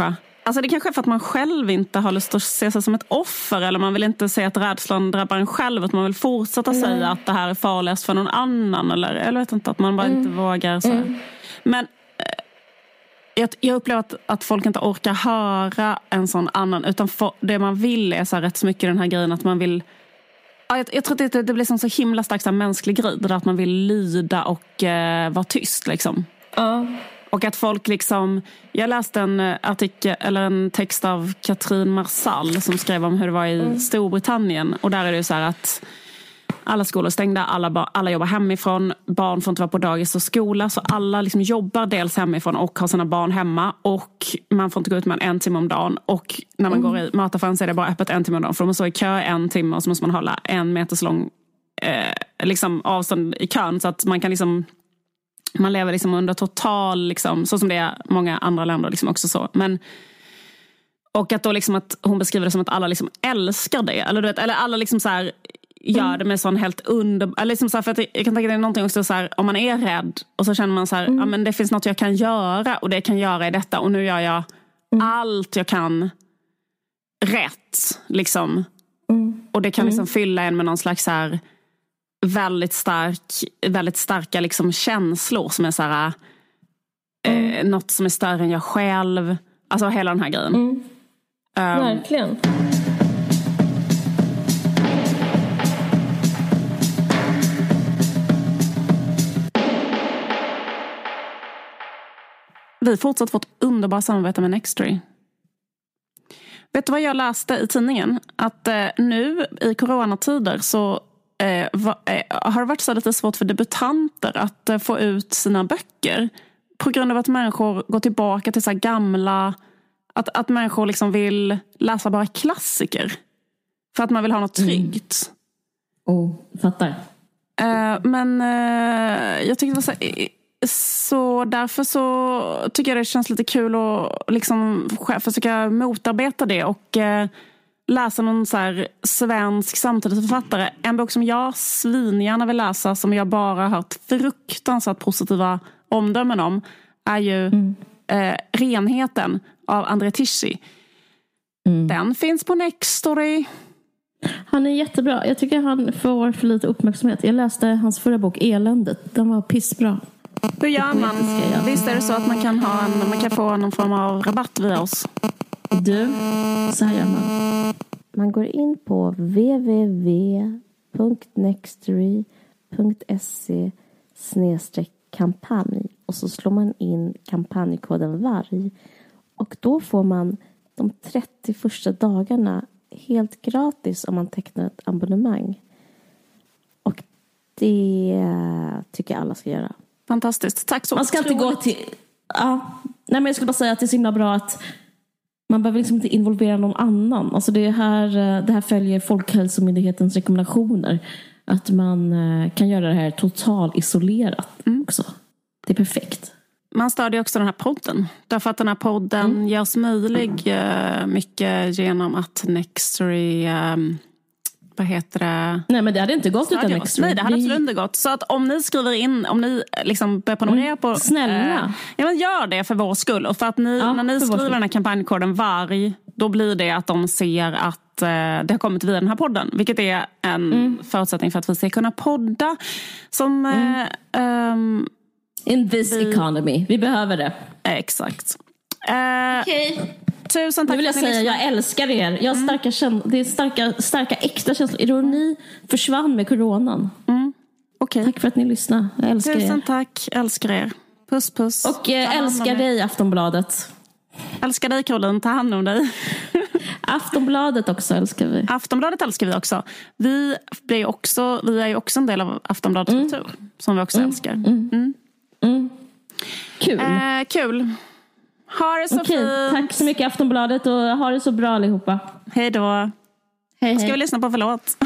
Alltså det kanske är för att man själv inte har lust att se sig som ett offer, eller man vill inte se att rädslan drabbar en själv, att man vill fortsätta Nej. säga att det här är farligast för någon annan, eller jag vet inte, att man bara mm. inte vågar så. Mm. Men jag, jag upplever att, att folk inte orkar höra en sån annan, utan för, det man vill är så här rätt så mycket den här grejen att man vill, ja, jag, jag tror att det, det blir som så himla stark så här mänsklig grej, där att man vill lyda och eh, vara tyst liksom. Ja. Uh. Och att folk liksom, jag läste en artikel eller en text av Katrin Marsall som skrev om hur det var i mm. Storbritannien. Och där är det ju så här att alla skolor är stängda, alla, alla jobbar hemifrån, barn får inte vara på dagis och skola. Så alla liksom jobbar dels hemifrån och har sina barn hemma. Och man får inte gå ut med en timme om dagen. Och när man mm. går i mataffären så är det bara öppet en timme om dagen. För om man står i kö en timme och så måste man hålla en meters lång eh, liksom avstånd i kön. Så att man kan liksom... Man lever liksom under total, liksom, så som det är många andra länder liksom också så. Men, och att då liksom att hon beskriver det som att alla liksom älskar det. Eller, du vet, eller alla liksom så här gör mm. det med sån helt under... Eller liksom så här, för att jag kan tänka det är någonting också så här, om man är rädd och så känner man så här, mm. ja men det finns något jag kan göra och det kan göra i detta. Och nu gör jag mm. allt jag kan rätt, liksom. Mm. Och det kan liksom fylla en med någon slags så här... väldigt stark väldigt starka liksom känslor som är så här mm. eh, något som är större än jag själv, alltså hela den här grejen. Mm. Um, Verkligen. Vi fortsätter vårt underbara samarbete med Nextory. Vet du vad jag läste i tidningen? Att eh, nu i coronatider så Eh, va, eh, har det varit så lite svårt för debutanter att eh, få ut sina böcker på grund av att människor går tillbaka till så här gamla, att, att människor liksom vill läsa bara klassiker för att man vill ha något tryggt. Mm. Oh, fattar. Eh, men eh, jag tycker det var så, här, så därför så tycker jag det känns lite kul att liksom försöka motarbeta det och eh, läsa någon så här svensk samtidsförfattare. En bok som jag svingärna vill läsa, som jag bara har hört fruktansvärt positiva omdömen om, är ju mm. eh, Renheten av André Tisci. Mm. Den finns på Nextory. Han är jättebra. Jag tycker han får för lite uppmärksamhet. Jag läste hans förra bok Eländet. Den var pissbra. Hur gör man? Visst är det så att man kan, ha en, man kan få någon form av rabatt via oss? Du, så här gör man. Man går in på w w w punkt nextory punkt se snedstreck kampanj och så slår man in kampanjkoden varg. Och då får man de trettio första dagarna helt gratis om man tecknar ett abonnemang. Och det tycker jag alla ska göra. Fantastiskt, tack så mycket. Man ska inte gå till... Ja. Nej, men jag skulle bara säga att det är så himla bra att man behöver liksom inte involvera någon annan. Alltså det här, det här följer Folkhälsomyndighetens rekommendationer. Att man kan göra det här totalt isolerat mm. också. Det är perfekt. Man stödjer också den här podden. Därför att den här podden mm. görs möjlig mycket genom att Nextory... Um, vad heter det? Nej, men det hade inte gått utan Nextory. Nej, det hade absolut inte gått. Så att om ni skriver in, om ni liksom börjar prenumerera mm. på... Snälla. Eh, ja, men gör det för vår skull. Och för att ni, ja, när ni skriver den här kampanjkoden varg, då blir det att de ser att eh, det har kommit via den här podden. Vilket är en mm. förutsättning för att vi ska kunna podda. Som... Mm. Eh, um, In this vi, economy. Vi behöver det. Eh, exakt. Eh, Okej. Okay. Tusen tack. Nu vill jag säga, jag älskar er. Jag har mm. starka, käns- det är starka, starka extra känslor. Ironi försvann med coronan. Mm. Okay. Tack för att ni lyssnar. Jag älskar Tusen er. Tusen tack. Älskar er. Puss, puss. Och eh, älskar dig, Aftonbladet. Älskar dig, Caroline. Ta hand om dig. Aftonbladet också älskar vi. Aftonbladet älskar vi också. Vi, blir också, vi är ju också en del av Aftonbladets mm. kultur. Som vi också mm. älskar. Mm. Mm. Mm. Kul. Eh, kul. Ha det så Okej, fint. tack så mycket Aftonbladet och ha det så bra allihopa. Hej då. Hej, Ska hej. vi lyssna på förlåt?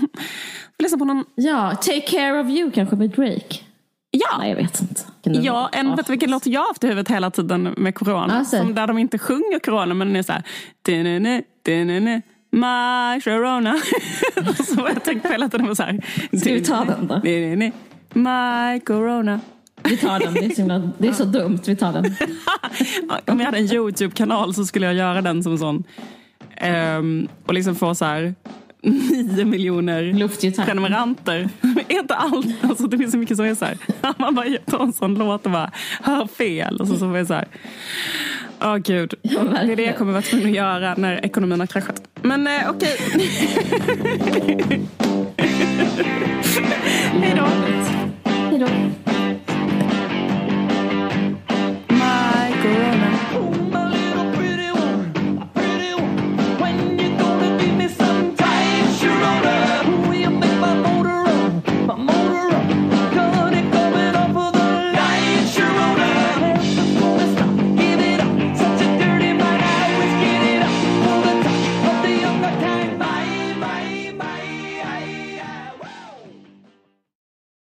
vi lyssna på någon... Ja, Take Care of You kanske med Drake. Ja. Nej, jag vet inte. Ja, en, vet du vilken låt jag har haft i huvudet hela tiden med corona? Alltså. Som där de inte sjunger corona, men den är så här... Dinene, dinene, my corona. Så jag tänkte på hela tiden så här... Ska vi ta den då? Dinene, my corona. Vi tar den, det är så, himla, det är så dumt, vi tar den. Om jag hade en YouTube-kanal så skulle jag göra den som sån. Um, och liksom få så här nio miljoner luftgitarr prenumeranter. Är inte allt, alltså det finns så mycket som är så här. Man bara tar en sån låt och bara hör fel. Och så, så får jag så här. Åh oh, gud, ja, det är det jag kommer vara tvungen att göra när ekonomin har kraschat. Men eh, okej. Okay. Hej då. Hej då.